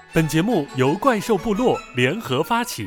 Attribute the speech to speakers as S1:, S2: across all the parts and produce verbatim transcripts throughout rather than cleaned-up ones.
S1: 本节目由怪兽部落联合发起。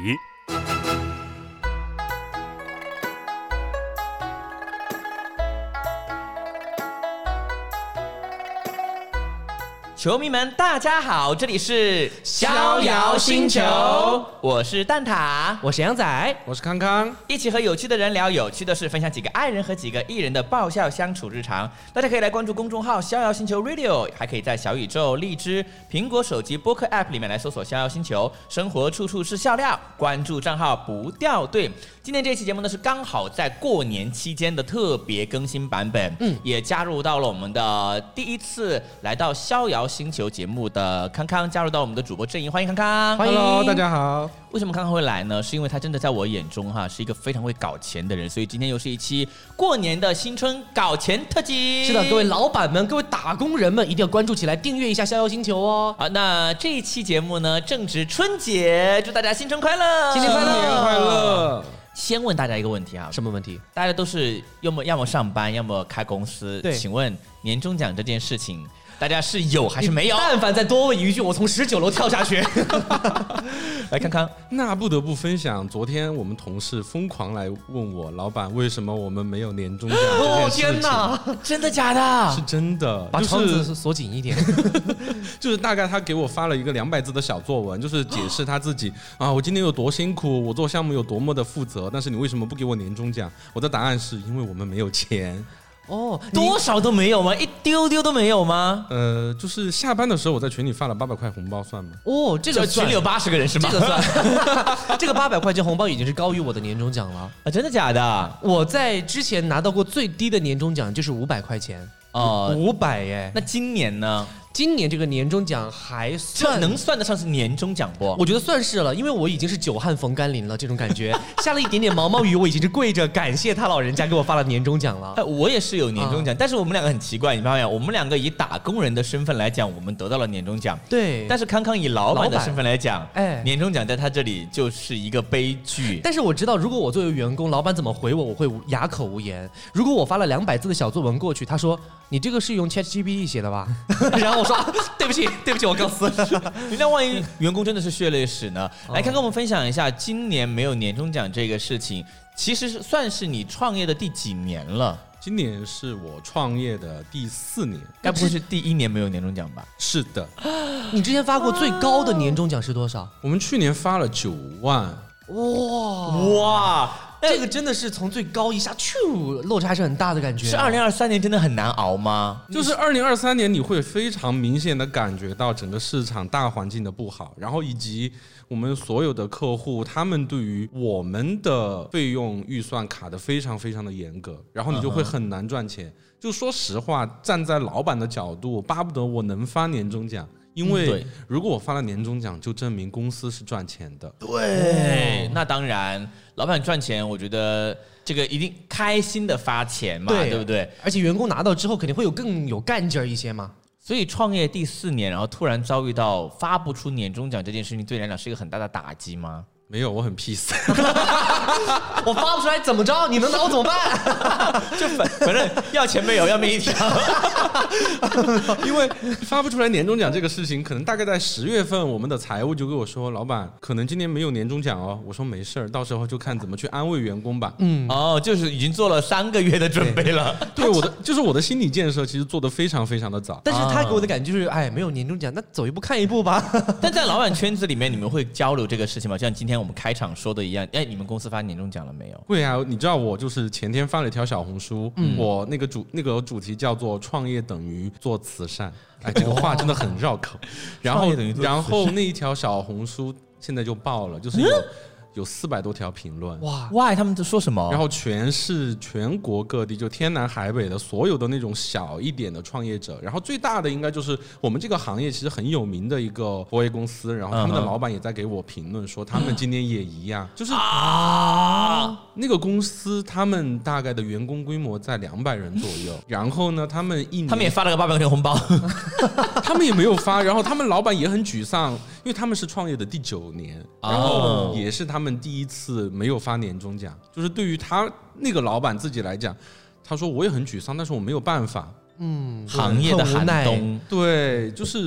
S2: 球迷们，大家好，这里是逍遥星球，我是蛋挞，
S3: 我是杨仔，
S4: 我是康康，
S2: 一起和有趣的人聊有趣的事，分享几个爱人和几个艺人的爆笑相处日常。大家可以来关注公众号逍遥星球 Radio， 还可以在小宇宙、荔枝、苹果手机播客 App 里面来搜索逍遥星球，生活处处是笑料，关注账号不掉队。今天这期节目呢是刚好在过年期间的特别更新版本，嗯，也加入到了我们的第一次来到逍遥星球节目的康康，加入到我们的主播阵营，欢迎康康。
S4: 欢迎 ，Hello， 大家好。
S2: 为什么康康会来呢？是因为他真的在我眼中哈是一个非常会搞钱的人，所以今天又是一期过年的新春搞钱特辑。
S3: 是的，各位老板们、各位打工人们一定要关注起来，订阅一下逍遥星球哦。
S2: 好，那这一期节目呢正值春节，祝大家新春快乐，
S3: 新年快乐，
S4: 新年快乐。
S2: 先问大家一个问题啊，
S3: 什么问题？
S2: 大家都是要么要么上班，要么开公司，
S3: 对，
S2: 请问年终奖这件事情，大家是有还是没有？
S3: 但凡再多问一句，我从十九楼跳下去。
S2: 来看看，
S4: 那不得不分享，昨天我们同事疯狂来问我，老板为什么我们没有年终奖这件事情？
S3: 哦天哪，
S2: 真的假的？
S4: 是真的，
S3: 把窗子锁紧一点。
S4: 就是大概他给我发了一个两百字的小作文，就是解释他自己啊，我今天有多辛苦，我做项目有多么的负责，但是你为什么不给我年终奖？我的答案是因为我们没有钱。
S3: 哦，
S2: 多少都没有吗？一丢丢都没有吗？
S4: 呃，就是下班的时候我在群里发了八百块红包，算吗？
S3: 哦，这个
S2: 群里有八十个人是吗？
S3: 这个算。这个八百块钱红包已经是高于我的年终奖了
S2: 啊！真的假的？
S3: 我在之前拿到过最低的年终奖就是五百块钱哦，五百耶。
S2: 那今年呢？
S3: 今年这个年终奖还算
S2: 能算得上是年终奖不？
S3: 我觉得算是了，因为我已经是久旱逢甘霖了，这种感觉下了一点点毛毛雨，我已经是跪着感谢他老人家给我发了年终奖了。
S2: 哎，我也是有年终奖，啊、但是我们两个很奇怪，你发现我们两个以打工人的身份来讲，我们得到了年终奖，
S3: 对。
S2: 但是康康以老板的身份来讲，
S3: 哎，
S2: 年终奖在他这里就是一个悲剧。
S3: 但是我知道，如果我作为员工，老板怎么回我，我会哑口无言。如果我发了两百字的小作文过去，他说你这个是用 ChatGPT 写的吧？然后我说、啊、对不起。对不起，我告诉你。
S2: 那万一员工真的是血泪史呢？来，看看我们分享一下，今年没有年终奖这个事情，其实是算是你创业的第几年了？
S4: 今年是我创业的第四年，
S2: 该不会是第一年没有年终奖吧？
S4: 是的。
S3: 你之前发过最高的年终奖是多少？
S4: 我们去年发了九万。
S3: 哇
S2: 哇！
S3: 这个真的是从最高一下，咻，落差还是很大的感觉、啊。
S2: 是二零二三年真的很难熬吗？
S4: 就是二零二三年，你会非常明显的感觉到整个市场大环境的不好，然后以及我们所有的客户，他们对于我们的费用预算卡得非常非常的严格，然后你就会很难赚钱。Uh-huh. 就说实话，站在老板的角度，巴不得我能发年终奖。因为如果我发了年终奖，就证明公司是赚钱的。
S2: 对，那当然，老板赚钱，我觉得这个一定开心的发钱嘛， 对, 对不对？
S3: 而且员工拿到之后，肯定会有更有干劲儿一些嘛。
S2: 所以创业第四年，然后突然遭遇到发不出年终奖这件事情，对你来讲是一个很大的打击吗？
S4: 没有，我很 peace。
S3: 我发不出来怎么着？你能拿我怎么办？
S2: 就反反正要钱没有，要命一条。
S4: 因为发不出来年终奖这个事情，可能大概在十月份，我们的财务就跟我说，老板可能今年没有年终奖哦。我说没事儿，到时候就看怎么去安慰员工吧。
S2: 嗯，哦，就是已经做了三个月的准备了。
S4: 对，对我的就是我的心理建设，其实做得非常非常的早。
S3: 但是他给我的感觉就是，哎，没有年终奖，那走一步看一步吧。
S2: 但在老板圈子里面，你们会交流这个事情吗？就像今天我们开场说的一样，哎，你们公司发年终奖了没有？
S4: 会啊，你知道我就是前天发了一条小红书，嗯、我那个主那个主题叫做创业等于做慈善，哎，这个话真的很绕口。然后然后那一条小红书现在就爆了，就是有。嗯有四百多条评论，
S2: 哇哇！他们都说什么？
S4: 然后全是全国各地，就天南海北的所有的那种小一点的创业者，然后最大的应该就是我们这个行业其实很有名的一个博 A 公司，然后他们的老板也在给我评论说，他们今年也一样，就是啊，那个公司他们大概的员工规模在两百人左右，然后呢，他们一年
S2: 他们也发了个八百块钱红包，
S4: 他们也没有发，然后他们老板也很沮丧，因为他们是创业的第九年，然后也是他们。他们第一次没有发年终奖，就是对于他那个老板自己来讲，他说我也很沮丧，但是我没有办法。
S3: 嗯，
S2: 行业的寒冬，
S4: 对，就是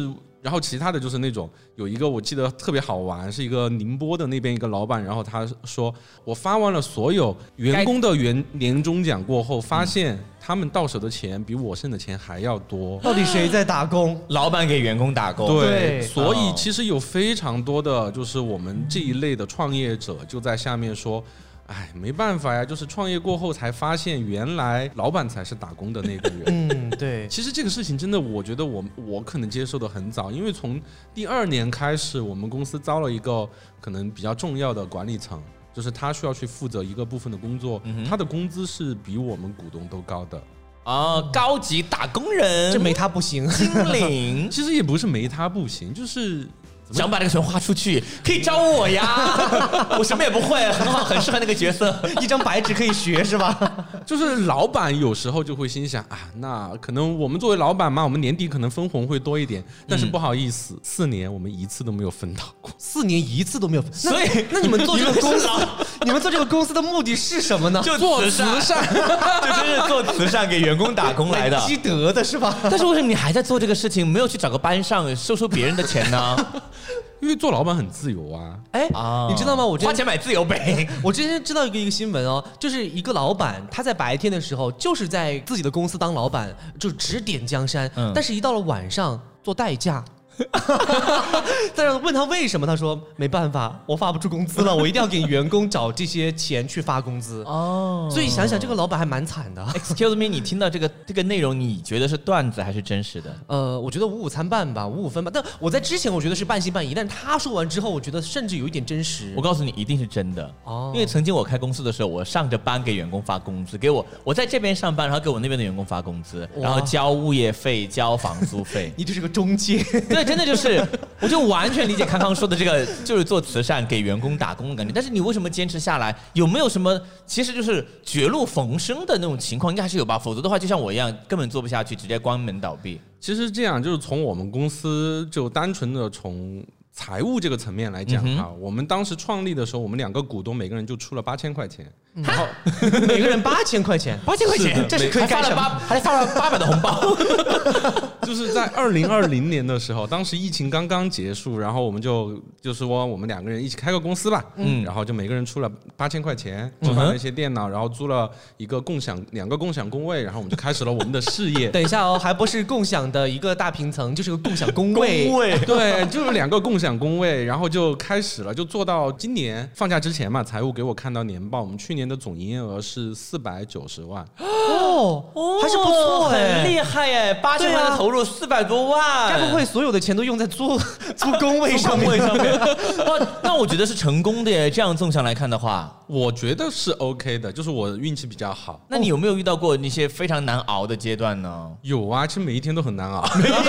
S4: 然后其他的就是那种有一个我记得特别好玩，是一个宁波的那边一个老板，然后他说我发完了所有员工的员年终奖过后，发现他们到手的钱比我剩的钱还要多。
S3: 到底谁在打工？
S2: 老板给员工打工。
S4: 对，
S3: 对
S4: 所以
S2: 哦
S4: 其实有非常多的就是我们这一类的创业者就在下面说。哎，没办法呀，就是创业过后才发现，原来老板才是打工的那个人。
S3: 嗯，对。
S4: 其实这个事情真的，我觉得我我可能接受的很早，因为从第二年开始，我们公司招了一个可能比较重要的管理层，就是他需要去负责一个部分的工作，
S2: 嗯、
S4: 他的工资是比我们股东都高的。
S2: 哦，高级打工人，
S3: 这没他不行。
S2: 精灵，
S4: 其实也不是没他不行，就是。
S2: 想把这个钱花出去，可以招我呀！我什么也不会，很好，很适合那个角色。
S3: 一张白纸可以学是吧？
S4: 就是老板有时候就会心想啊，那可能我们作为老板嘛，我们年底可能分红会多一点，但是不好意思，嗯、四年我们一次都没有分到过，
S3: 四年一次都没有分。
S2: 所以，
S3: 那你们做这个公司，你们做这个公司的目的是什么呢？
S2: 就做慈善，就真是做慈善给员工打工来的，
S3: 积德的是吧？
S2: 但是为什么你还在做这个事情，没有去找个班上收收别人的钱呢？
S4: 因为做老板很自由啊！
S3: 哎，啊、你知道吗？我
S2: 花钱买自由呗。
S3: 我之前知道一个一个新闻哦，就是一个老板他在白天的时候就是在自己的公司当老板，就指点江山，嗯、但是一到了晚上做代驾。但是问他为什么，他说没办法，我发不出工资了，我一定要给员工找这些钱去发工资。哦，所以想想这个老板还蛮惨的。
S2: Excuse me， 你听到这个这个内容，你觉得是段子还是真实的？
S3: 呃，我觉得五五参半吧，五五分吧。但我在之前我觉得是半信半疑，但是他说完之后，我觉得甚至有一点真实。
S2: 我告诉你，一定是真的。哦，因为曾经我开公司的时候，我上着班给员工发工资，给我我在这边上班，然后给我那边的员工发工资，然后交物业费、交房租费。
S3: 你这是个中介。
S2: 对。真的就是，我就完全理解康康说的这个，就是做慈善给员工打工的感觉。但是你为什么坚持下来？有没有什么其实就是绝路逢生的那种情况？应该还是有吧，否则的话，就像我一样，根本做不下去，直接关门倒闭。
S4: 其实这样，就是从我们公司就单纯的从财务这个层面来讲哈、嗯，我们当时创立的时候，我们两个股东每个人就出了八千块钱。
S3: 然后每个人八千块钱，
S2: 八千块钱，这是可以干什么？还发了八百的红包。
S4: 就是在二零二零年的时候，当时疫情刚刚结束，然后我们就就说我们两个人一起开个公司吧，嗯，然后就每个人出了八千块钱，置换了一些电脑，然后租了一个共享两个共享工位，然后我们就开始了我们的事业。
S3: 等一下哦，还不是共享的一个大平层，就是个共享工位。
S2: 工位
S4: 对，就是两个共享工位，然后就开始了，就做到今年放假之前嘛，财务给我看到年报，我们去年的总营业额是四百九十万。
S3: 哦，还是不错哎，
S2: 很厉害哎，八千万的投入四百多万，
S3: 该不会所有的钱都用在租租工位上面？
S2: 上面哇，那我觉得是成功的耶。这样纵向来看的话，
S4: 我觉得是 OK 的，就是我运气比较好。
S2: 那你有没有遇到过那些非常难熬的阶段呢？
S4: 有啊，其实每一天都很难熬。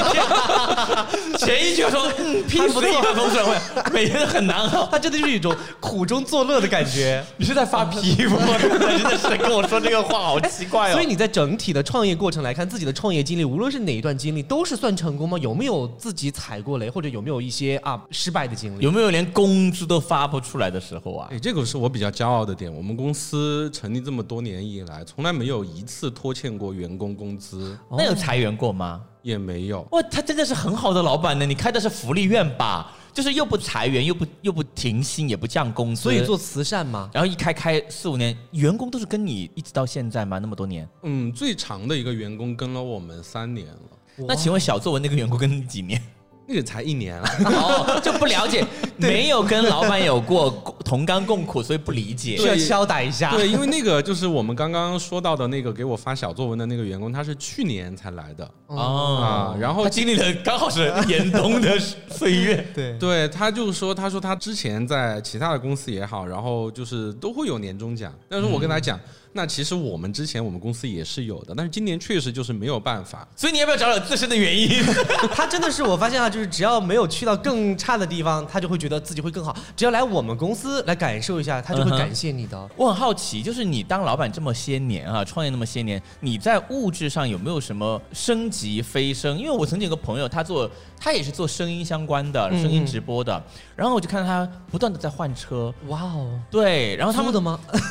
S2: 前一句说嗯，批复的一帆风顺，每天都很难熬，
S3: 他真的是一种苦中作乐的感觉。
S2: 你是在发批吗？真的是跟我说这个话好奇怪哦。
S3: 所以你在整体的创业过程来看，自己的创业经历，无论是哪一段经历，都是算成功吗？有没有自己踩过雷，或者有没有一些啊失败的经历？
S2: 有没有连工资都发不出来的时候啊？
S4: 哎，这个是我比较骄傲的点。我们公司成立这么多年以来，从来没有一次拖欠过员工工资。
S2: 那有裁员过吗？
S4: 也没有。
S2: 哇，他真的是很好的老板呢！你开的是福利院吧？就是又不裁员，又不又不停薪，也不降工资，
S3: 所以做慈善嘛。
S2: 然后一开开四五年，员工都是跟你一直到现在吗？那么多年？
S4: 嗯，最长的一个员工跟了我们三年了。
S2: 那请问小作文那个员工跟你几年？
S4: 那个才一年啊，
S2: 哦，就不了解，没有跟老板有过同甘共苦，所以不理解，
S3: 需要敲打一下。
S4: 对，因为那个就是我们刚刚说到的那个给我发小作文的那个员工，他是去年才来的
S2: 哦，
S4: 啊，然后
S2: 他经历了刚好是严冬的岁月，
S3: 对
S4: 对，他就说，他说他之前在其他的公司也好，然后就是都会有年终奖，但是我跟他讲。嗯那其实我们之前我们公司也是有的，但是今年确实就是没有办法，
S2: 所以你要不要找找自身的原因？
S3: 他真的是我发现啊，就是只要没有去到更差的地方，他就会觉得自己会更好。只要来我们公司来感受一下，他就会感谢你的。嗯、
S2: 我很好奇，就是你当老板这么些年啊，创业那么些年，你在物质上有没有什么升级飞升？因为我曾经有个朋友，他做他也是做声音相关的，声音直播的，嗯、然后我就看到他不断的在换车。
S3: 哇哦，
S2: 对，然后他们
S3: 租的吗？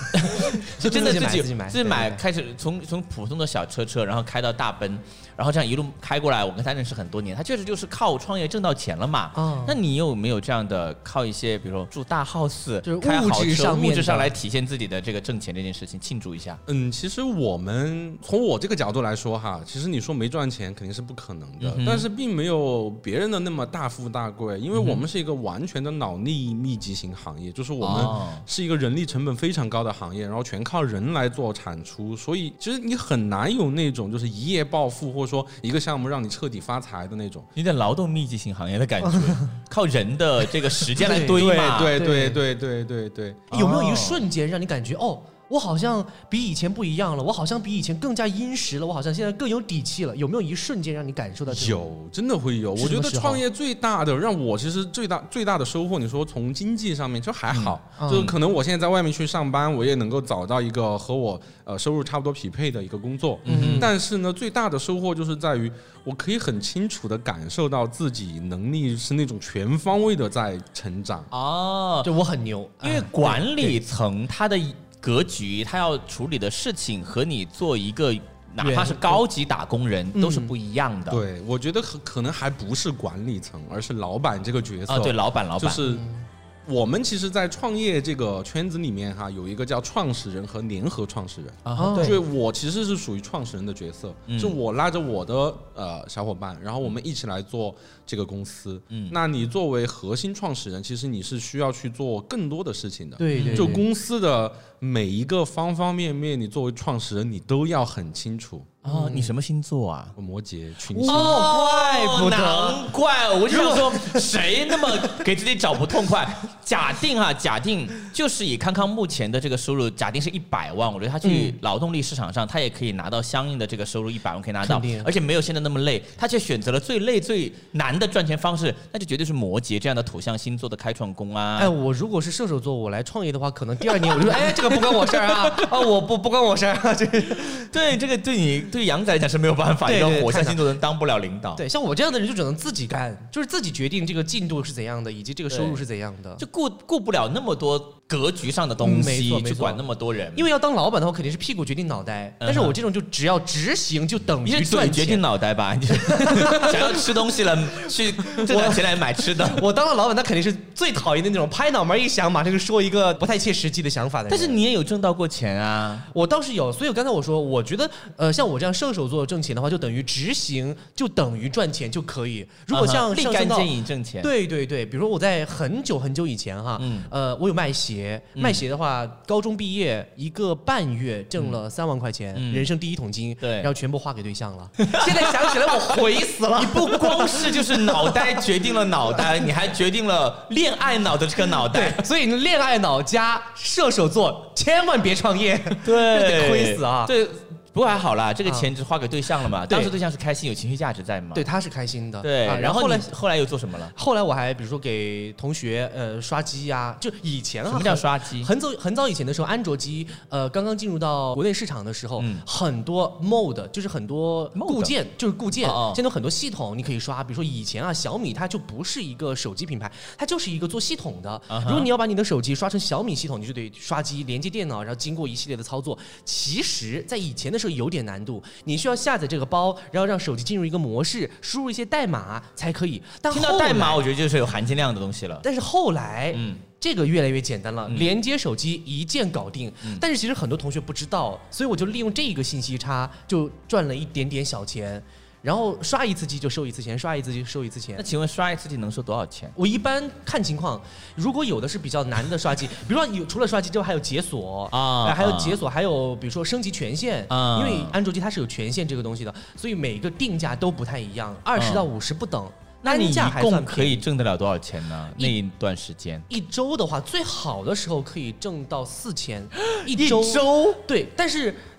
S2: 是真的自己
S3: 自己买
S2: 自己买，
S3: 对对对
S2: 开始从从普通的小车车，然后开到大奔，然后这样一路开过来，我跟他认识很多年，他确实就是靠创业挣到钱了嘛。
S3: 哦
S2: 那你有没有这样的靠一些，比如说住大 house，
S3: 就是
S2: 开好
S3: 物质
S2: 车
S3: 上面的
S2: 物质上来体现自己的这个挣钱这件事情，庆祝一下？
S4: 嗯，其实我们从我这个角度来说哈，其实你说没赚钱肯定是不可能的，
S2: 嗯、
S4: 但是并没有别人的那么大富大贵，因为我们是一个完全的脑力密集型行业，就是我们是一个人力成本非常高的行业，然后全靠人来做产出，所以其实你很难有那种就是一夜暴富，或者说一个项目让你彻底发财的那种。
S2: 有点劳动密集型行业的感觉，靠人的这个时间来堆嘛。
S4: 对对对对对对。
S3: 有没有一瞬间让你感觉哦？我好像比以前不一样了，我好像比以前更加殷实了，我好像现在更有底气了。有没有一瞬间让你感受到这种？
S4: 有，真的会有。我觉得创业最大的让我其实最大最大的收获，你说从经济上面就还好，嗯、就可能我现在在外面去上班，我也能够找到一个和我呃收入差不多匹配的一个工作。嗯，但是呢，最大的收获就是在于我可以很清楚的感受到自己能力是那种全方位的在成长。
S2: 哦，
S3: 对我很牛，
S2: 因为管理层他的格局，他要处理的事情和你做一个哪怕是高级打工人都是不一样的。
S4: 对，我觉得可能还不是管理层，而是老板这个角色。
S2: 啊，对，老板，老板
S4: 就是。我们其实，在创业这个圈子里面哈，有一个叫创始人和联合创始人
S2: 啊，
S4: 对，所以我其实是属于创始人的角色，嗯、是我拉着我的呃小伙伴，然后我们一起来做这个公司。嗯，那你作为核心创始人，其实你是需要去做更多的事情的。
S3: 对 对, 对，
S4: 就公司的每一个方方面面，你作为创始人，你都要很清楚。
S2: 哦，你什么星座啊？
S4: 摩羯群星。
S2: 哦，怪不得，难怪我就想说，谁那么给自己找不痛快？假定哈，假定就是以康康目前的这个收入，假定是一百万，我觉得他去劳动力市场上，他也可以拿到相应的这个收入，一百万可以拿到，而且没有现在那么累，他却选择了最累最难的赚钱方式，那就绝对是摩羯这样的土象星座的开创工啊！
S3: 哎，我如果是射手座，我来创业的话，可能第二年我就说，哎，这个不关我事儿啊，啊，我不不关我事儿啊，这
S2: 对这个对你对杨仔来讲是没有办法，一个火象星座人当不了领导。
S3: 对，像我这样的人就只能自己干，就是自己决定这个进度是怎样的，以及这个收入是怎样的，
S2: 就顾顾不了那么多格局上的东西，
S3: 嗯、
S2: 去管那么多人。
S3: 因为要当老板的话，肯定是屁股决定脑袋，嗯、但是我这种就只要执行就等于赚钱。
S2: 你是嘴决定脑袋吧？你想要吃东西了，去挣点钱来买吃的。
S3: 我当了老板，那肯定是最讨厌的那种拍脑门一想，马上就说一个不太切实际的想法的人。
S2: 但是你也有挣到过钱啊，
S3: 我倒是有。所以刚才我说，我觉得呃，像我这样射手座挣钱的话，就等于执行，就等于赚钱就可以。如果像
S2: 立竿见影挣钱，
S3: 对对对，比如说我在很久很久以前哈，嗯、呃，我有卖鞋，嗯、卖鞋的话，高中毕业一个半月挣了三万块钱，嗯、人生第一桶金，
S2: 对，
S3: 然后全部花给对象了。现在想起来我悔死了。
S2: 你不光是就是脑袋决定了脑袋，你还决定了恋爱脑的这个脑袋。
S3: 对，所以恋爱脑加射手座，千万别创业，
S2: 对，
S3: 得亏死啊。
S2: 对。不过还好啦，这个钱只花给对象了嘛，啊、当时对象是开心，有情绪价值在嘛。
S3: 对，他是开心的。
S2: 对，
S3: 啊、
S2: 然后后来后来又做什么了？
S3: 后来我还比如说给同学呃刷机呀、啊，就以前啊，
S2: 什么叫刷机？
S3: 很早很早以前的时候，安卓机呃刚刚进入到国内市场的时候，嗯、很多 mod 就是很多固件，就是固件，哦、现在有很多系统你可以刷。比如说以前啊，小米它就不是一个手机品牌，它就是一个做系统的。Uh huh、如果你要把你的手机刷成小米系统，你就得刷机连接电脑，然后经过一系列的操作。其实，在以前的时候有点难度。你需要下载这个包，然后让手机进入一个模式，输入一些代码才可以。但
S2: 听到代码，我觉得就是有含金量的东西了。
S3: 但是后来，嗯，这个越来越简单了，嗯、连接手机一键搞定。嗯、但是其实很多同学不知道，所以我就利用这个信息差，就赚了一点点小钱。然后刷一次机就收一次钱，刷一次机就收一次钱。
S2: 那请问刷一次机能收多少钱？
S3: 我一般看情况，如果有的是比较难的刷机，比如说有除了刷机之外还有解锁啊、呃，还有解锁，还有比如说升级权限啊，因为安卓机它是有权限这个东西的，所以每个定价都不太一样，二十到五十不等。
S2: 那你一共可以挣得了多少钱呢？那一段时间，
S3: 一周的话，最好的时候可以挣到四千，一周。一周对，但是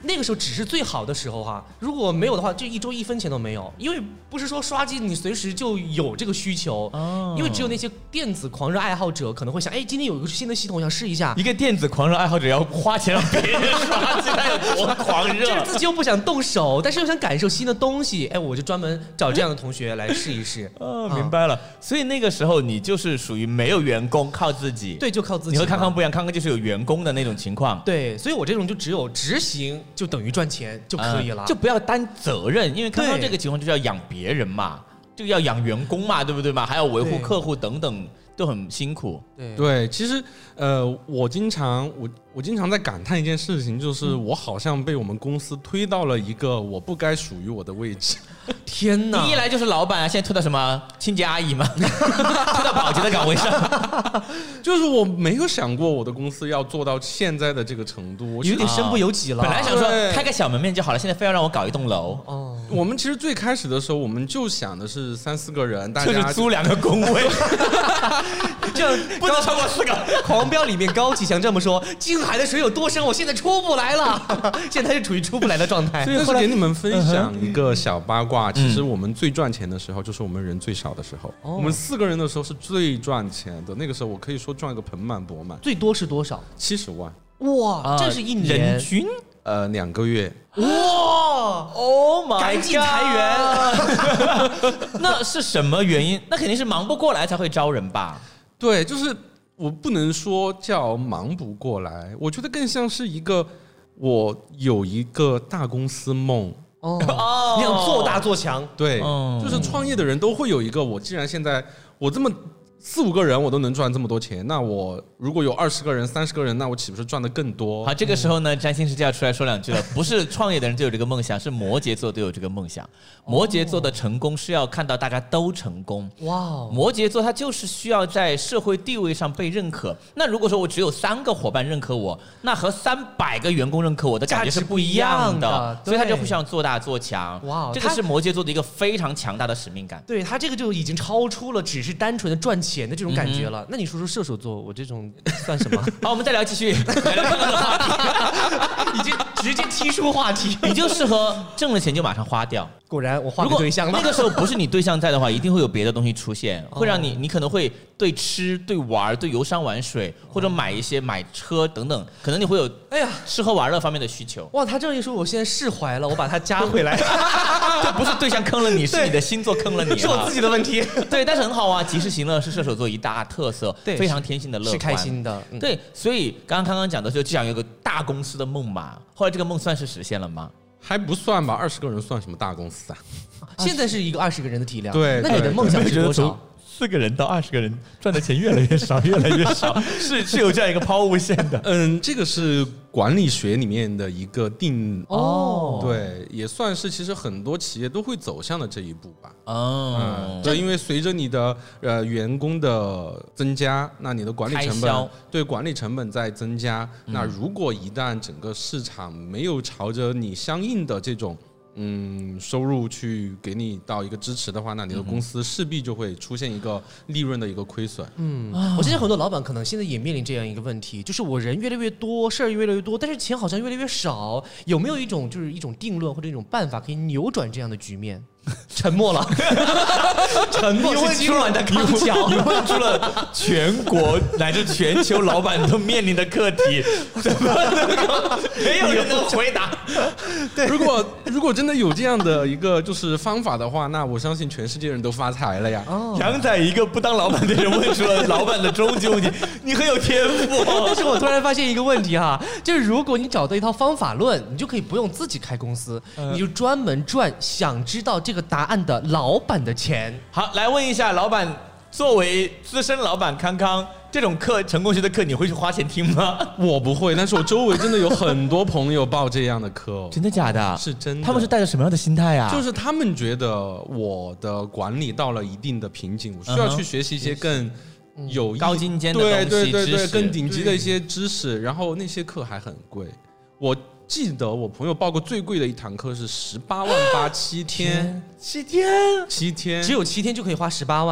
S3: 那个时候只是最好的时候哈，如果没有的话，这一周一分钱都没有，因为不是说刷机你随时就有这个需求，哦、因为只有那些电子狂热爱好者可能会想，哎，今天有一个新的系统，我想试一下。
S2: 一个电子狂热爱好者要花钱让别人刷机，他有多狂热？
S3: 就是自己又不想动手，但是又想感受新的东西，哎，我就专门找这样的同学来试一试。
S2: 哦，明白了。所以那个时候你就是属于没有员工，靠自己。
S3: 对，就靠自己。
S2: 你和康康不一样，康康就是有员工的那种情况。
S3: 对，所以我这种就只有执行就等于赚钱就可以了，
S2: 嗯、就不要担责任，因为康康这个情况就是要养别人嘛，就要养员工嘛，对不对嘛？还要维护客户等等，都很辛苦。
S3: 对，
S4: 对，其实呃，我经常我我经常在感叹一件事情，就是我好像被我们公司推到了一个我不该属于我的位置。
S3: 天哪！
S2: 你一来就是老板啊，现在推到什么清洁阿姨吗？推到保洁的岗位上。
S4: 就是我没有想过我的公司要做到现在的这个程度，
S3: 有点身不由己了。
S2: 本来想说开个小门面就好了，现在非要让我搞一栋楼。
S3: 哦，
S4: 我们其实最开始的时候，我们就想的是三四个人，大家
S2: 就是租两个工位，
S3: 这样
S2: 不能超过四个。
S3: 狂飙里面高启强这么说：“静海的水有多深，我现在出不来了。”现在是处于出不来的状态。
S4: 所以后来给你们分享一个小八卦，其实我们最赚钱的时候就是我们人最少的时候。我们四个人的时候是最赚钱的，那个时候我可以说赚一个盆满钵满。
S3: 最多是多少？
S4: 七十万。
S3: 哇，这是一年
S2: 人均？
S4: 呃，两个月。
S3: 哇
S2: ！Oh my god！
S3: 赶紧裁员。
S2: 那是什么原因？那肯定是忙不过来才会招人吧？
S4: 对，就是我不能说叫忙不过来，我觉得更像是一个我有一个大公司梦。
S3: 哦，你想做大做强？
S4: 对，哦、就是创业的人都会有一个，我既然现在我这么四五个人我都能赚这么多钱，那我如果有二十个人、三十个人，那我岂不是赚得更多？
S2: 好，这个时候呢，占星师就要出来说两句了。不是创业的人就有这个梦想，是摩羯座都有这个梦想。摩羯座的成功是要看到大家都成功。哇、哦，摩羯座他就是需要在社会地位上被认可。那如果说我只有三个伙伴认可我，那和三百个员工认可我的感觉是不一样的，
S3: 样的
S2: 所以他就会想做大做强。哇，这个是摩羯座的一个非常强大的使命感。
S3: 对，他这个就已经超出了只是单纯的赚钱的这种感觉了。嗯、那你说说射手座，我这种算什么？
S2: 好，我们再聊，继续聊聊刚刚的话
S3: 题，已经直接踢出话题。
S2: 你就适合挣了钱就马上花掉。
S3: 果然，我换个对象了。
S2: 那个时候不是你对象在的话，一定会有别的东西出现，会让你，你可能会对吃、对玩、对游山玩水，或者买一些买车等等，可能你会有哎呀吃喝玩乐方面的需求。
S3: 哇，他这样一说，我现在释怀了，我把他加回来。
S2: 这不是对象坑了你，是你的星座坑了你、啊，
S3: 是我自己的问题。
S2: 对，但是很好啊，及时行乐是射手座一大特色，非常天性的乐观，
S3: 是开心的。
S2: 嗯、对，所以刚刚刚刚讲的就就想有个大公司的梦嘛，后来这个梦算是实现了吗？
S4: 还不算吧，二十个人算什么大公司啊？
S3: 现在是一个二十个人的体量。
S4: 对，
S3: 那你的梦想是多少？
S2: 四个人到二十个人，赚的钱越来越少，越来越少，是是有这样一个抛物线的。
S4: 嗯，这个是管理学里面的一个定哦，对，也算是其实很多企业都会走向的这一步吧。哦，嗯，对，因为随着你的呃员工的增加，那你的管理成本对管理成本在增加。嗯、那如果一旦整个市场没有朝着你相应的这种嗯，收入去给你到一个支持的话，那你的公司势必就会出现一个利润的一个亏损。
S3: 嗯，我相信很多老板可能现在也面临这样一个问题，就是我人越来越多，事儿越来越多，但是钱好像越来越少。有没有一种就是一种定论或者一种办法可以扭转这样的局面？沉默了，沉默是今晚的康桥。
S2: 你问出了全国乃至全球老板都面临的课题，怎么能够没有人能回答？
S4: 对，如果如果真的有这样的一个就是方法的话，那我相信全世界人都发财了呀。
S2: 哦、杨仔一个不当老板的人问出了老板的终极问题，你很有天赋、哦。
S3: 但是我突然发现一个问题哈，就是如果你找到一套方法论，你就可以不用自己开公司，嗯、你就专门赚想知道这个答案的老板的钱。
S2: 好，来问一下老板，作为资深老板康康，这种课成功学的课你会去花钱听吗？
S4: 我不会，但是我周围真的有很多朋友报这样的课、哦。
S2: 真的假的？
S4: 是真的。
S2: 他们是带着什么样的心态啊？
S4: 就是他们觉得我的管理到了一定的瓶颈，我需要去学习一些更有
S2: 高精尖的东西，
S4: 对对对对，更顶级的一些知识，然后那些课还很贵。我记得我朋友报过最贵的一堂课是十八万八七天，
S2: 七天，
S4: 七天，
S3: 只有七天就可以花十八万。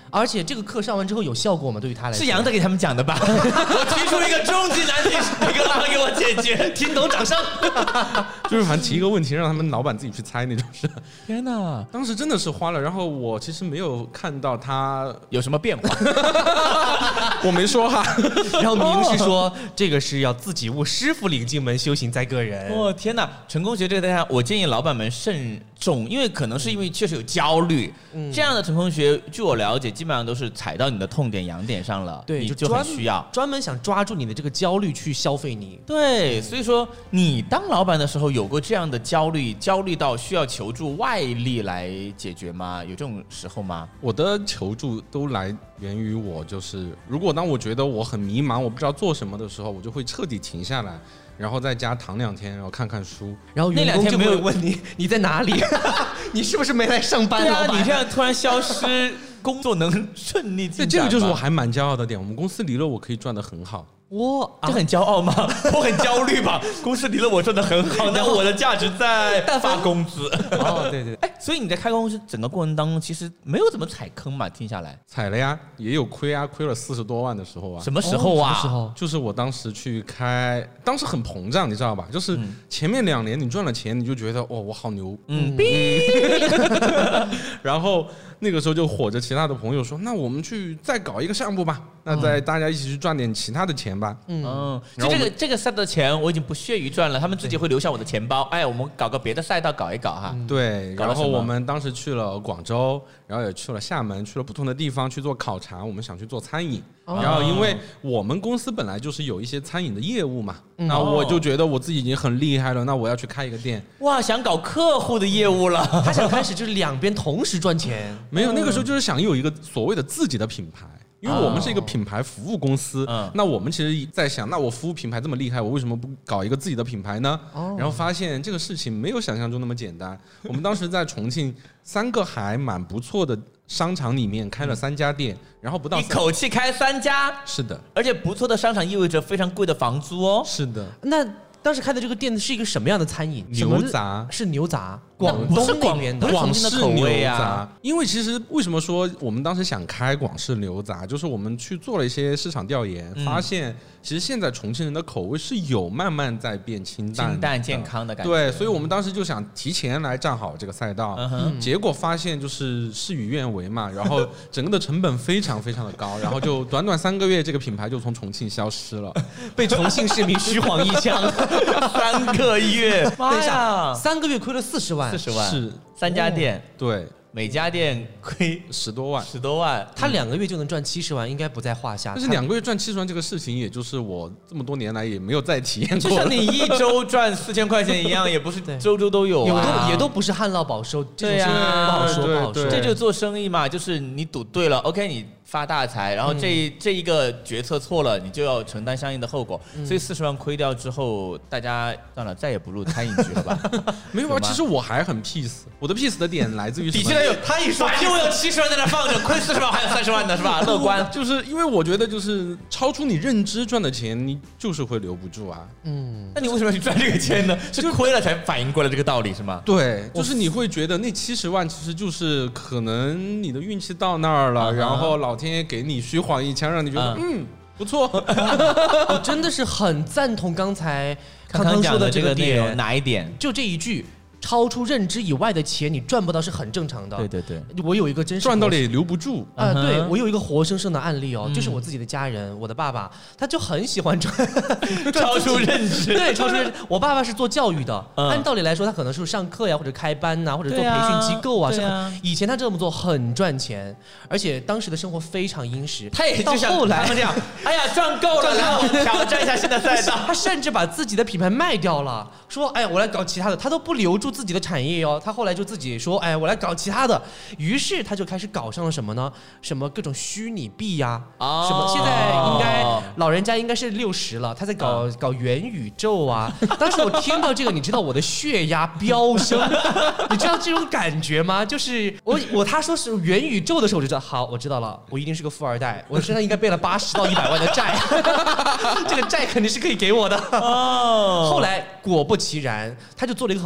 S3: 而且这个课上完之后有效果吗？对于他来说，
S2: 是杨德给他们讲的吧？我提出一个终极难题，你给他们给我解决，
S3: 听懂掌声。
S4: 就是反正提一个问题，让他们老板自己去猜那种是。
S2: 天哪，
S4: 当时真的是花了，然后我其实没有看到他
S2: 有什么变化？
S4: 我没说哈。
S3: 然后明是说，这个是要自己悟师傅领进门，修行在个人。
S2: 哦天哪，成功学这个大家，我建议老板们慎重，因为可能是因为确实有焦虑，嗯、这样的成功学，据我了解，基本上都是踩到你的痛点、痒点上了，
S3: 对，
S2: 你就很需要
S3: 专门想抓住你的这个焦虑去消费你。
S2: 对，所以说你当老板的时候有过这样的焦虑，焦虑到需要求助外力来解决吗？有这种时候吗？
S4: 我的求助都来源于我，就是如果当我觉得我很迷茫，我不知道做什么的时候，我就会彻底停下来。然后在家躺两天，然后看看书，
S3: 然后员工就会问你你在哪里，你是不是没来上班？
S2: 对啊，你这样突然消失，工作能顺利进展吗？
S4: 这个就是我还蛮骄傲的点，我们公司离了我可以赚得很好。
S3: 哇，
S2: 这很骄傲吗？我很焦虑吧？公司离了我赚得很好，那我的价值在发工资。
S3: 哦，对对，
S2: 哎，所以你在开公司整个过程当中，其实没有怎么踩坑嘛？听下来，
S4: 踩了呀，也有亏啊，亏了四十多万的时候啊。
S2: 什么时候啊？
S3: 哦、什么时候？
S4: 就是我当时去开，当时很膨胀，你知道吧？就是前面两年你赚了钱，你就觉得哇，我好牛，嗯，嗯然后那个时候就火着其他的朋友说，那我们去再搞一个项目吧，那再大家一起去赚点其他的钱吧。
S2: 嗯，就这个这个赛道的钱我已经不屑于赚了，他们自己会留下我的钱包。哎，我们搞个别的赛道搞一搞哈。
S4: 对，然后我们当时去了广州，然后也去了厦门，去了不同的地方去做考察。我们想去做餐饮，然后因为我们公司本来就是有一些餐饮的业务嘛，那我就觉得我自己已经很厉害了，那我要去开一个店。
S2: 哇，想搞客户的业务了，
S3: 他想开始就是两边同时赚钱。
S4: 没有，那个时候就是想有一个所谓的自己的品牌。因为我们是一个品牌服务公司，哦、那我们其实在想，那我服务品牌这么厉害，我为什么不搞一个自己的品牌呢？哦、然后发现这个事情没有想象中那么简单。我们当时在重庆三个还蛮不错的商场里面开了三家店，然后不到
S2: 一口气开三家，
S4: 是的，
S2: 而且不错的商场意味着非常贵的房租哦。
S4: 是的，
S3: 那。当时开的这个店是一个什么样的餐饮？
S4: 牛杂，
S3: 是牛杂，广东那边的
S2: 广式的口味啊。
S4: 因为其实为什么说我们当时想开广式牛杂，就是我们去做了一些市场调研，嗯、发现其实现在重庆人的口味是有慢慢在变清淡、
S2: 清淡健康的感觉。
S4: 对，所以我们当时就想提前来站好这个赛道，嗯、结果发现就是事与愿违嘛，然后整个的成本非常非常的高，然后就短短三个月，这个品牌就从重庆消失了，
S3: 被重庆市民虚晃一枪。
S2: 三个月，
S3: 妈呀！三个月亏了四十万，
S2: 四十万
S4: 是
S2: 三家店，
S4: 哦、对，
S2: 每家店亏
S4: 十多万，
S2: 十多万。
S3: 他两个月就能赚七十万，应该不在话下。
S4: 但是两个月赚七十万这个事情，也就是我这么多年来也没有再体验过。
S2: 就像你一周赚四千块钱一样，也不是周周都有啊，
S3: 有都也都不是旱涝保收，
S2: 对呀、
S3: 啊，不好说，不好说。
S2: 这就做生意嘛，就是你赌对了 ，OK， 你发大财，然后这、嗯、这一个决策错了，你就要承担相应的后果。嗯、所以四十万亏掉之后，大家算了，再也不入餐饮局了吧？
S4: 没有啊，其实我还很 peace， 我的 peace 的点来自于什么？
S2: 底下有他一说，就有七十万在那放着，亏四十万还有三十万的是吧？乐观，
S4: 就是因为我觉得就是超出你认知赚的钱，你就是会留不住啊。
S2: 嗯，那你为什么要去赚这个钱呢？是亏了才反应过来这个道理是吗？
S4: 对，就是你会觉得那七十万其实就是可能你的运气到那儿了，uh huh. 然后老天爷给你虚晃一枪，让你觉得、uh huh. 嗯不错。
S3: 我真的是很赞同刚才康康说的这个
S2: 内容，哪一点？
S3: 就这一句。超出认知以外的钱你赚不到是很正常的。
S2: 对对对，
S3: 我有一个真实
S4: 赚到了也留不住
S3: 啊、呃！对，我有一个活生生的案例哦，嗯、就是我自己的家人，我的爸爸他就很喜欢赚
S2: 超出认知，
S3: 对，超出认知。我爸爸是做教育的，嗯、按道理来说他可能是上课呀，或者开班呐，或者做培训机构啊，是啊。以前他这么做很赚钱，而且当时的生活非常殷实。
S2: 他也就像后来这样，哎呀赚够了，然后挑战一下新的赛道。
S3: 他甚至把自己的品牌卖掉了，说哎呀我来搞其他的，他都不留住自己的产业哦，他后来就自己说，哎，我来搞其他的，于是他就开始搞上了什么呢？什么各种虚拟币呀、啊， oh. 什么现在应该老人家应该是六十了，他在搞、oh. 搞元宇宙啊。当时我听到这个，你知道我的血压飙升，你知道这种感觉吗？就是我我他说是元宇宙的时候，我就知道，好，我知道了，我一定是个富二代，我身上应该背了八十到一百万的债，这个债肯定是可以给我的。哦， oh. 后来果不其然，他就做了一个很危险的事情。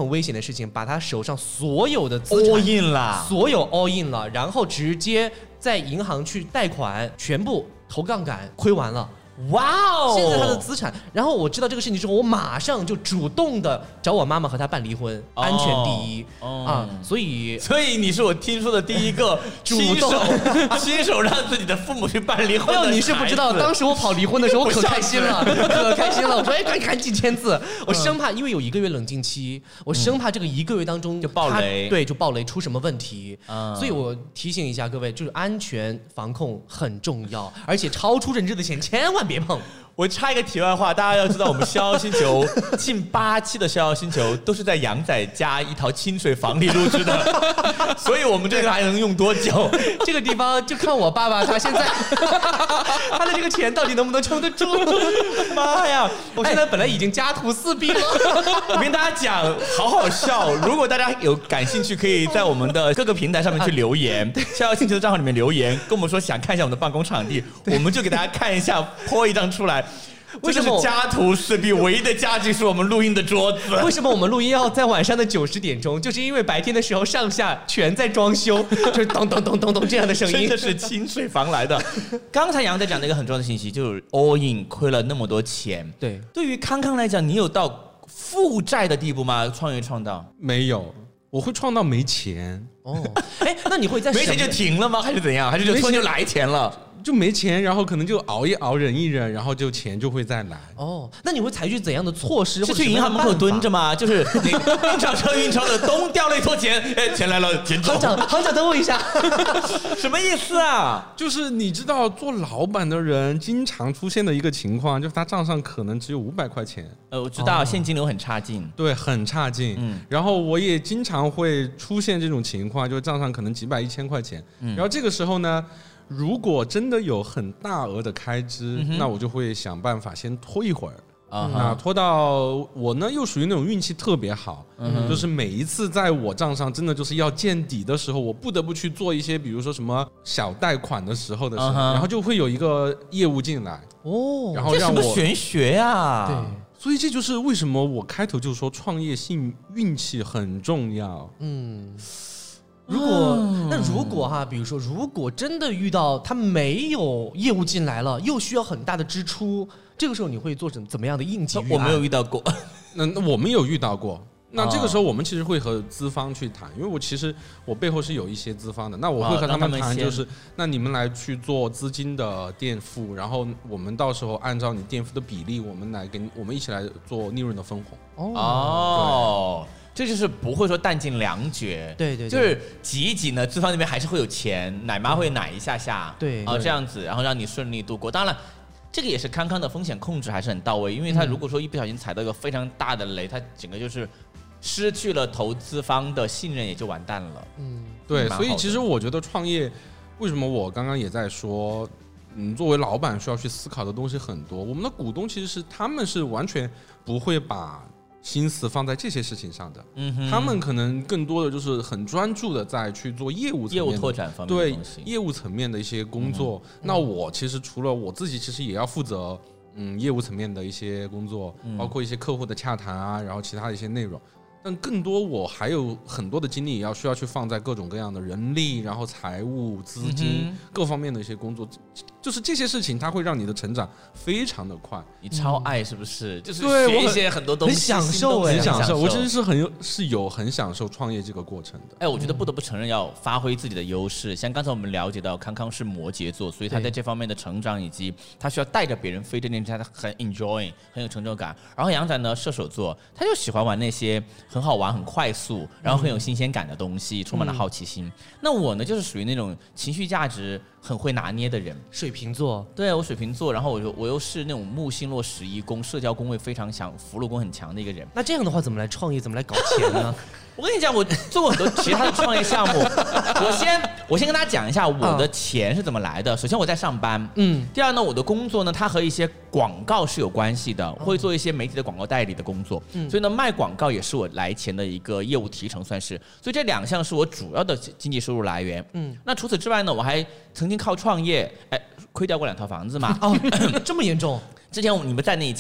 S3: 事情，把他手上所有的资产
S2: all in 啦，
S3: 所有 all in 了，然后直接在银行去贷款，全部投杠杆，亏完了。
S2: 哇哦！
S3: 现在他的资产，然后我知道这个事情之后，我马上就主动的找我妈妈和他办离婚，哦、安全第一、哦、啊！所以，
S2: 所以你是我听说的第一个亲手亲手让自己的父母去办离婚的孩子。
S3: 你是不知道，当时我跑离婚的时候，我可开心了，可开心了。我说，哎，赶紧赶紧签字。我生怕，因为有一个月冷静期，我生怕这个一个月当中
S2: 就爆雷，
S3: 对，就爆雷出什么问题。嗯、所以我提醒一下各位，就是安全防控很重要，而且超出认知的钱千万别碰。
S2: 我插一个题外话，大家要知道，我们逍遥星球近八期的逍遥星球都是在杨仔家一套清水房里录制的，所以我们这个还能用多久？
S3: 这个地方就看我爸爸他现在他的这个钱到底能不能撑得住？
S2: 妈呀！
S3: 我现在本来已经家徒四壁了。
S2: 我跟大家讲，好好笑。如果大家有感兴趣，可以在我们的各个平台上面去留言，逍遥星球的账号里面留言，跟我们说想看一下我们的办公场地，我们就给大家看一下，po一张出来。为什么家徒四壁？唯一的家具是我们录音的桌子。
S3: 为什么我们录音要在晚上的九十点钟？就是因为白天的时候上下全在装修，就是咚咚咚咚咚这样的声音，
S2: 真的是清水房来的。刚才杨仔讲的一个很重要的信息，就是 all in 亏了那么多钱。
S3: 对，
S2: 对于康康来讲，你有到负债的地步吗？创业创到
S4: 没有，我会创到没钱。
S3: 哦，哎，那你会在
S2: 没钱就停了吗？还是怎样？还是就突然就来钱了？
S4: 就没钱，然后可能就熬一熬，忍一忍，然后就钱就会再来。
S3: 哦，那你会采取怎样的措施？
S2: 是去银行门口蹲着吗？就是你运钞车运钞的，咚掉了一坨钱，哎，钱来了，钱走。
S3: 行长，行长等我一下，
S2: 什么意思啊？
S4: 就是你知道，做老板的人经常出现的一个情况，就是他账上可能只有五百块钱。
S2: 呃，我知道、哦、现金流很差劲，
S4: 对，很差劲。嗯，然后我也经常会出现这种情况，就是账上可能几百、一千块钱。嗯，然后这个时候呢。如果真的有很大额的开支，嗯、那我就会想办法先拖一会儿。啊、嗯，那拖到我呢又属于那种运气特别好，嗯、就是每一次在我账上真的就是要见底的时候，我不得不去做一些，比如说什么小贷款的时候的时候，嗯、然后就会有一个业务进来，哦，然后让我
S2: 这什么玄学啊？
S3: 对，
S4: 所以这就是为什么我开头就说创业幸运气很重要。嗯。
S3: 如果那如果哈，比如说，如果真的遇到他没有业务进来了，又需要很大的支出，这个时候你会做怎怎么样的应急预案？
S2: 我没有遇到过，
S4: 那那我们有遇到过。那这个时候我们其实会和资方去谈，因为我其实我背后是有一些资方的，那我会和他们谈，就是那你们来去做资金的垫付，然后我们到时候按照你垫付的比例，我们来给你，我们一起来做利润的分红。
S2: 哦。这就是不会说弹尽粮绝，
S3: 对 对, 对，
S2: 就是挤一挤呢，资方那边还是会有钱，奶妈会奶一下下，
S3: 对，
S2: 啊、呃、这样子，然后让你顺利度过。当然，这个也是康康的风险控制还是很到位，因为他如果说一不小心踩到一个非常大的雷，他整个就是失去了投资方的信任，也就完蛋了。
S4: 嗯，对，所以其实我觉得创业，为什么我刚刚也在说，嗯，作为老板需要去思考的东西很多。我们的股东其实是他们是完全不会把心思放在这些事情上的，嗯哼，他们可能更多的就是很专注的在去做业务层面
S2: 业务拓展方面的东西，
S4: 对业务层面的一些工作。嗯、那我其实除了我自己，其实也要负责嗯业务层面的一些工作，嗯、包括一些客户的洽谈啊，然后其他的一些内容。但更多我还有很多的精力也要需要去放在各种各样的人力，然后财务、资金、嗯、各方面的一些工作，就是这些事情它会让你的成长非常的快。
S2: 你超爱是不是？嗯、就是学一些很多东西，
S3: 很享受，
S4: 很享受。我其实是很有是有很享受创业这个过程的。
S2: 哎，我觉得不得不承认要发挥自己的优势。像刚才我们了解到康康是摩羯座，所以他在这方面的成长以及他需要带着别人飞这件事，他很 enjoy， 很有成就感。然后杨仔呢，射手座，他就喜欢玩那些很好玩、很快速，然后很有新鲜感的东西，充满了好奇心。嗯、那我呢，就是属于那种情绪价值很会拿捏的人。
S3: 水瓶座，
S2: 对，我水瓶座，然后我就我又是那种木星落十一宫，社交宫位非常强，福禄宫很强的一个人。
S3: 那这样的话，怎么来创业？怎么来搞钱呢？
S2: 我跟你讲，我做过很多其他的创业项目。我先我先跟大家讲一下我的钱是怎么来的。首先我在上班，嗯。第二呢，我的工作呢，它和一些广告是有关系的，会做一些媒体的广告代理的工作。嗯。所以呢，卖广告也是我来钱的一个业务提成，算是。所以这两项是我主要的经济收入来源。嗯。那除此之外呢，我还曾经靠创业，哎，亏掉过两套房子嘛。
S3: 哦，这么严重？
S2: 之前你们在那一期。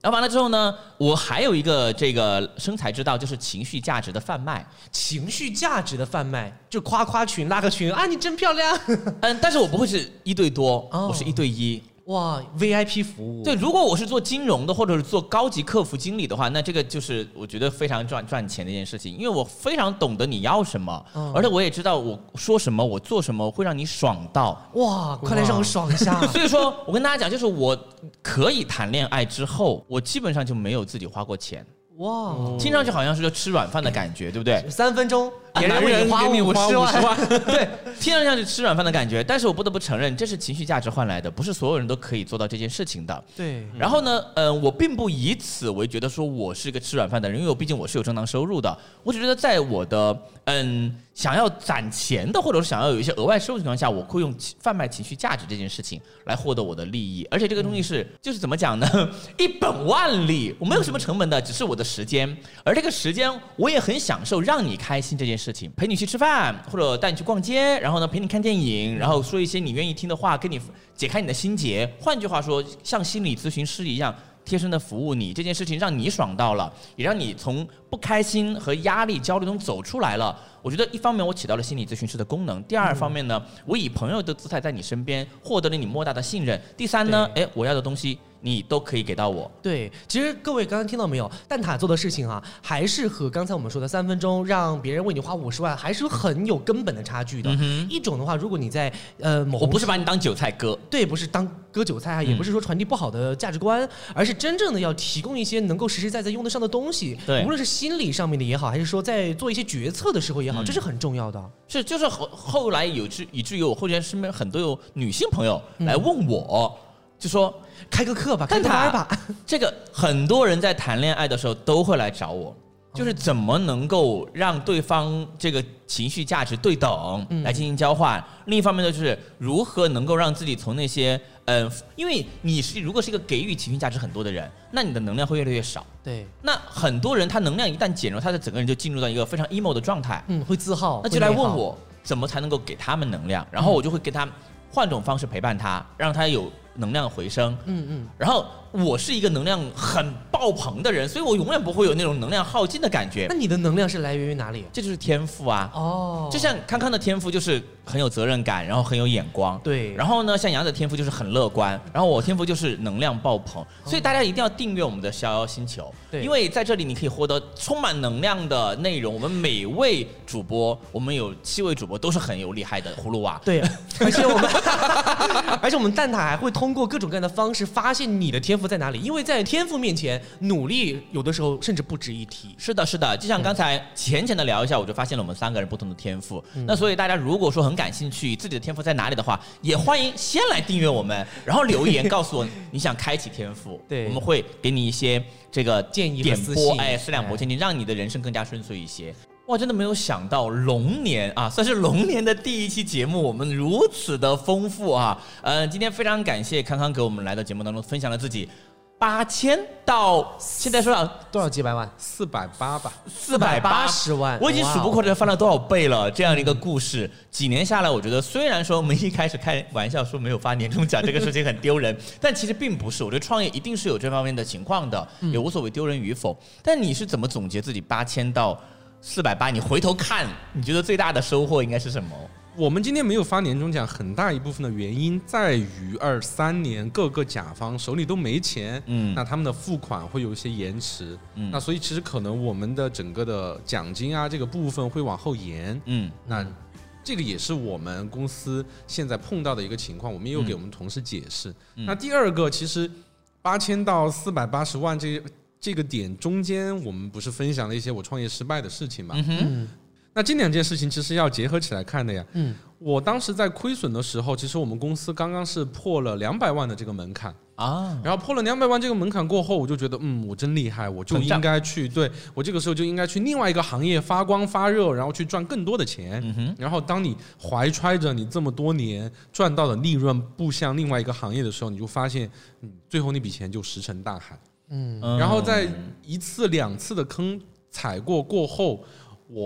S2: 然后完了之后呢，我还有一个这个生财之道，就是情绪价值的贩卖。
S3: 情绪价值的贩卖，就夸夸群拉个群啊，你真漂亮。
S2: 嗯，但是我不会是一对多，
S3: 哦、
S2: 我是一对一。
S3: 哇 ，V I P 服务。
S2: 对，如果我是做金融的，或者是做高级客服经理的话，那这个就是我觉得非常赚赚钱的一件事情，因为我非常懂得你要什么，嗯、而且我也知道我说什么，我做什么会让你爽到。
S3: 哇，快来让我爽一下！
S2: 所以说我跟大家讲，就是我可以谈恋爱之后，我基本上就没有自己花过钱。哇，听上去好像是吃软饭的感觉，对不对？
S3: 三分钟，别
S4: 人
S3: 为你花五十万，
S2: 对，听上去吃软饭的感觉。但是我不得不承认，这是情绪价值换来的，不是所有人都可以做到这件事情的。
S3: 对。
S2: 然后呢，嗯、呃，我并不以此为觉得说我是一个吃软饭的人，因为我毕竟我是有正当收入的。我只觉得在我的嗯想要攒钱的，或者是想要有一些额外收入的情况下，我会用贩卖情绪价值这件事情来获得我的利益。而且这个东西是、嗯、就是怎么讲呢？一本万利，我没有什么成本的，只是我的时间。而这个时间我也很享受让你开心这件事情，陪你去吃饭，或者带你去逛街，然后呢陪你看电影，然后说一些你愿意听的话，跟你解开你的心结。换句话说，像心理咨询师一样贴身的服务你，这件事情让你爽到了，也让你从不开心和压力焦虑中走出来了。我觉得一方面我起到了心理咨询师的功能，第二方面呢，我以朋友的姿态在你身边获得了你莫大的信任，第三呢，哎，我要的东西你都可以给到我。
S3: 对，其实各位刚刚听到没有，蛋挞做的事情啊，还是和刚才我们说的三分钟让别人为你花五十万，还是很有根本的差距的。嗯、一种的话，如果你在呃某，
S2: 我不是把你当韭菜割，
S3: 对，不是当割韭菜啊，也不是说传递不好的价值观，嗯、而是真正的要提供一些能够实实在在用得上的东西。
S2: 对，
S3: 无论是心理上面的也好，还是说在做一些决策的时候也好，嗯、这是很重要的。
S2: 是，就是后后来有至以至于我后边身边很多有女性朋友来问我。嗯就说
S3: 开个课吧，开个班吧。
S2: 这个很多人在谈恋爱的时候都会来找我，就是怎么能够让对方这个情绪价值对等来进行交换。嗯、另一方面呢，就是如何能够让自己从那些嗯、呃，因为你是如果是一个给予情绪价值很多的人，那你的能量会越来越少。
S3: 对。
S2: 那很多人他能量一旦减弱，他的整个人就进入到一个非常 emo 的状态，
S3: 嗯，会自耗。
S2: 那就来问我怎么才能够给他们能量，然后我就会给他换种方式陪伴他，让他有能量回升。嗯嗯。然后我是一个能量很爆棚的人，所以我永远不会有那种能量耗尽的感觉。
S3: 那你的能量是来源于哪里？
S2: 这就是天赋啊。
S3: 哦。
S2: 就像康康的天赋就是很有责任感，然后很有眼光。
S3: 对。
S2: 然后呢，像杨子的天赋就是很乐观，然后我天赋就是能量爆棚。所以大家一定要订阅我们的逍遥星球，对，因为在这里你可以获得充满能量的内容。我们每位主播，我们有七位主播都是很有厉害的葫芦娃。
S3: 对，而且我们，而且我们蛋挞还会通过各种各样的方式发现你的天赋在哪里，因为在天赋面前，努力有的时候甚至不值一提。
S2: 是的，是的，就像刚才浅浅的聊一下，我就发现了我们三个人不同的天赋。嗯、那所以大家如果说很感兴趣自己的天赋在哪里的话，也欢迎先来订阅我们，然后留言告诉我你想开启天赋，
S3: 对，
S2: 我们会给你一些这个
S3: 建议
S2: 点拨，哎，四两拨千斤，让你的人生更加顺遂一些。哇，真的没有想到龙年啊，算是龙年的第一期节目，我们如此的丰富啊！呃，今天非常感谢康康给我们来到节目当中分享了自己八千到现在说了
S3: 多少几百万？
S4: 四百八吧，
S2: 四百八十
S3: 万，
S2: 我已经数不过这翻了多少倍了。这样的一个故事，几年下来，我觉得虽然说我们一开始开玩笑说没有发年终奖这个事情很丢人，但其实并不是。我觉得创业一定是有这方面的情况的，也无所谓丢人与否。但你是怎么总结自己八千到四百八？你回头看，你觉得最大的收获应该是什么？
S4: 我们今天没有发年终奖，很大一部分的原因在于二三年各个甲方手里都没钱，嗯，那他们的付款会有一些延迟，嗯，那所以其实可能我们的整个的奖金啊这个部分会往后延，嗯，那这个也是我们公司现在碰到的一个情况，我们也有给我们同事解释。嗯、那第二个，其实八千到四百八十万这这个点中间，我们不是分享了一些我创业失败的事情嘛？嗯哼。那这两件事情其实要结合起来看的呀。嗯，我当时在亏损的时候，其实我们公司刚刚是破了两百万的这个门槛啊。然后破了两百万这个门槛过后，我就觉得，嗯，我真厉害，我就应该去，对我这个时候就应该去另外一个行业发光发热，然后去赚更多的钱。嗯哼。然后当你怀揣着你这么多年赚到的利润步向另外一个行业的时候，你就发现，嗯，最后那笔钱就石沉大海。嗯。然后在一次两次的坑踩过过后，我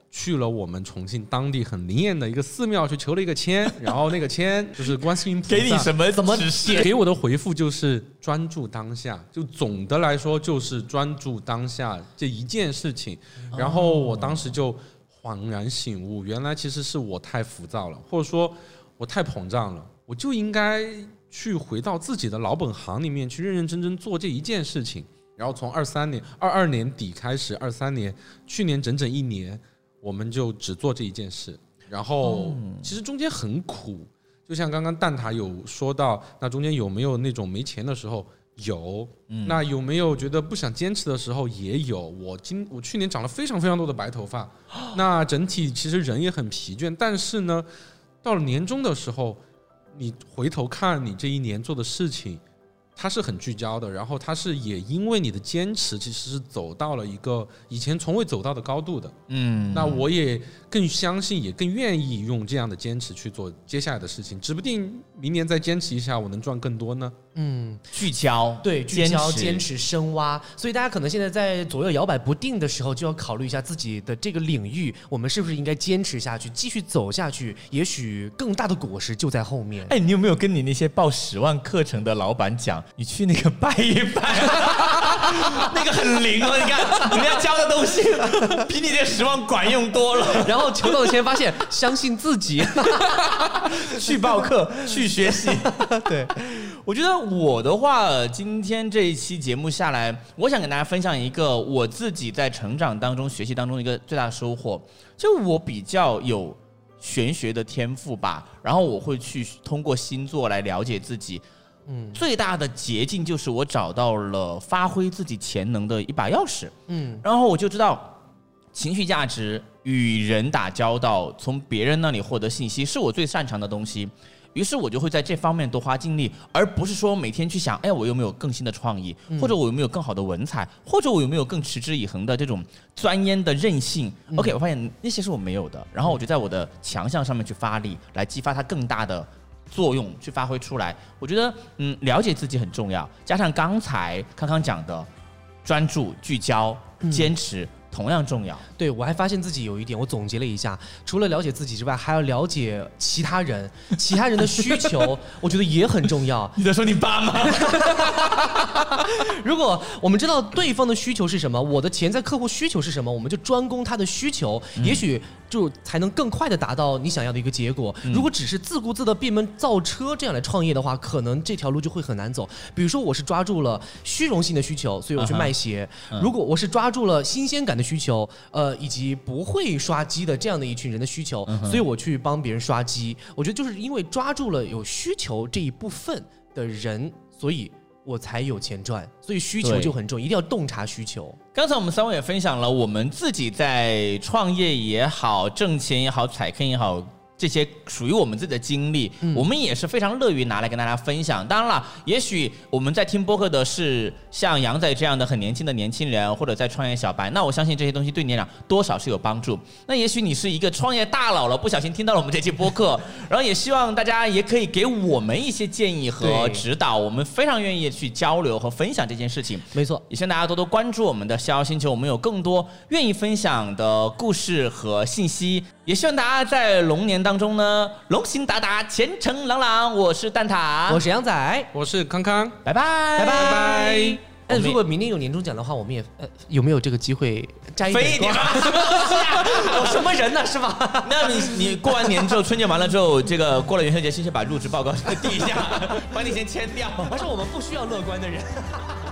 S4: 去了我们重庆当地很灵验的一个寺庙去求了一个签，然后那个签就是观世音菩萨
S2: 给你什么怎么指示？
S4: 给我的回复就是专注当下，就总的来说就是专注当下这一件事情。然后我当时就恍然醒悟，原来其实是我太浮躁了，或者说我太膨胀了，我就应该去回到自己的老本行里面去认认真真做这一件事情。然后从二三年、二二年底开始，二三年去年整整一年，我们就只做这一件事。然后其实中间很苦，就像刚刚蛋挞有说到，那中间有没有那种没钱的时候？有。那有没有觉得不想坚持的时候？也有。我今我去年长了非常非常多的白头发，那整体其实人也很疲倦。但是呢，到了年终的时候，你回头看你这一年做的事情，它是很聚焦的，然后它是也因为你的坚持，其实是走到了一个以前从未走到的高度的。嗯，那我也更相信，也更愿意用这样的坚持去做接下来的事情，指不定明年再坚持一下，我能赚更多呢。
S3: 嗯，
S2: 聚焦，
S3: 对，聚焦、坚持、深挖。所以大家可能现在在左右摇摆不定的时候，就要考虑一下自己的这个领域，我们是不是应该坚持下去，继续走下去？也许更大的果实就在后面。
S2: 哎，你有没有跟你那些报十万课程的老板讲，你去那个拜一拜，那个很灵哦，你看人家教的东西比你这十万管用多了。
S3: 然后求到的钱发现，相信自己，
S2: 去报课，去学习。
S3: 对，
S2: 我觉得我的话，今天这一期节目下来，我想跟大家分享一个我自己在成长当中、学习当中一个最大的收获，就我比较有玄学的天赋吧，然后我会去通过星座来了解自己。嗯，最大的捷径就是我找到了发挥自己潜能的一把钥匙。嗯，然后我就知道情绪价值、与人打交道、从别人那里获得信息是我最擅长的东西。于是我就会在这方面多花精力，而不是说每天去想，哎，我有没有更新的创意，或者我有没有更好的文采，或者我有没有更持之以恒的这种钻研的韧性。嗯、OK， 我发现那些是我没有的，然后我就在我的强项上面去发力，来激发它更大的作用，去发挥出来。我觉得，嗯，了解自己很重要，加上刚才康康讲的专注、聚焦、坚持。嗯同样重要。
S3: 对，我还发现自己有一点，我总结了一下，除了了解自己之外，还要了解其他人，其他人的需求，我觉得也很重要。
S2: 你在说你爸吗？
S3: 如果我们知道对方的需求是什么，我的潜在客户需求是什么，我们就专攻他的需求，嗯、也许就才能更快的达到你想要的一个结果。嗯、如果只是自顾自的闭门造车这样来创业的话，可能这条路就会很难走。比如说，我是抓住了虚荣心的需求，所以我去卖鞋；嗯、如果我是抓住了新鲜感的需求，呃，以及不会刷机的这样的一群人的需求，嗯、所以我去帮别人刷机。我觉得就是因为抓住了有需求这一部分的人，所以我才有钱赚。所以需求就很重要，一定要洞察需求。
S2: 刚才我们三位也分享了我们自己在创业也好、挣钱也好、踩坑也好。这些属于我们自己的经历，嗯、我们也是非常乐于拿来跟大家分享。当然了，也许我们在听播客的是像杨仔这样的很年轻的年轻人，或者在创业小白，那我相信这些东西对你来讲多少是有帮助。那也许你是一个创业大佬了，不小心听到了我们这期播客，然后也希望大家也可以给我们一些建议和指导，我们非常愿意去交流和分享这件事情。
S3: 没错，
S2: 也希望大家多多关注我们的逍遥星球，我们有更多愿意分享的故事和信息。也希望大家在龙年当中呢，龙行达达，前程朗朗。我是蛋挞，
S3: 我是杨仔，
S4: 我是康康，
S2: 拜拜，
S3: 拜拜，
S2: 拜拜。
S3: 但如果明年有年终奖的话，我们也呃有没有这个机会摘一点？
S2: 飞一点吧，什么东西啊？
S3: 我什么人呢？是吧？
S2: 那你你过完年之后，春节完了之后，这个过了元宵节，先去把入职报告递一下，帮你先签掉。
S3: 还是我们不需要乐观的人。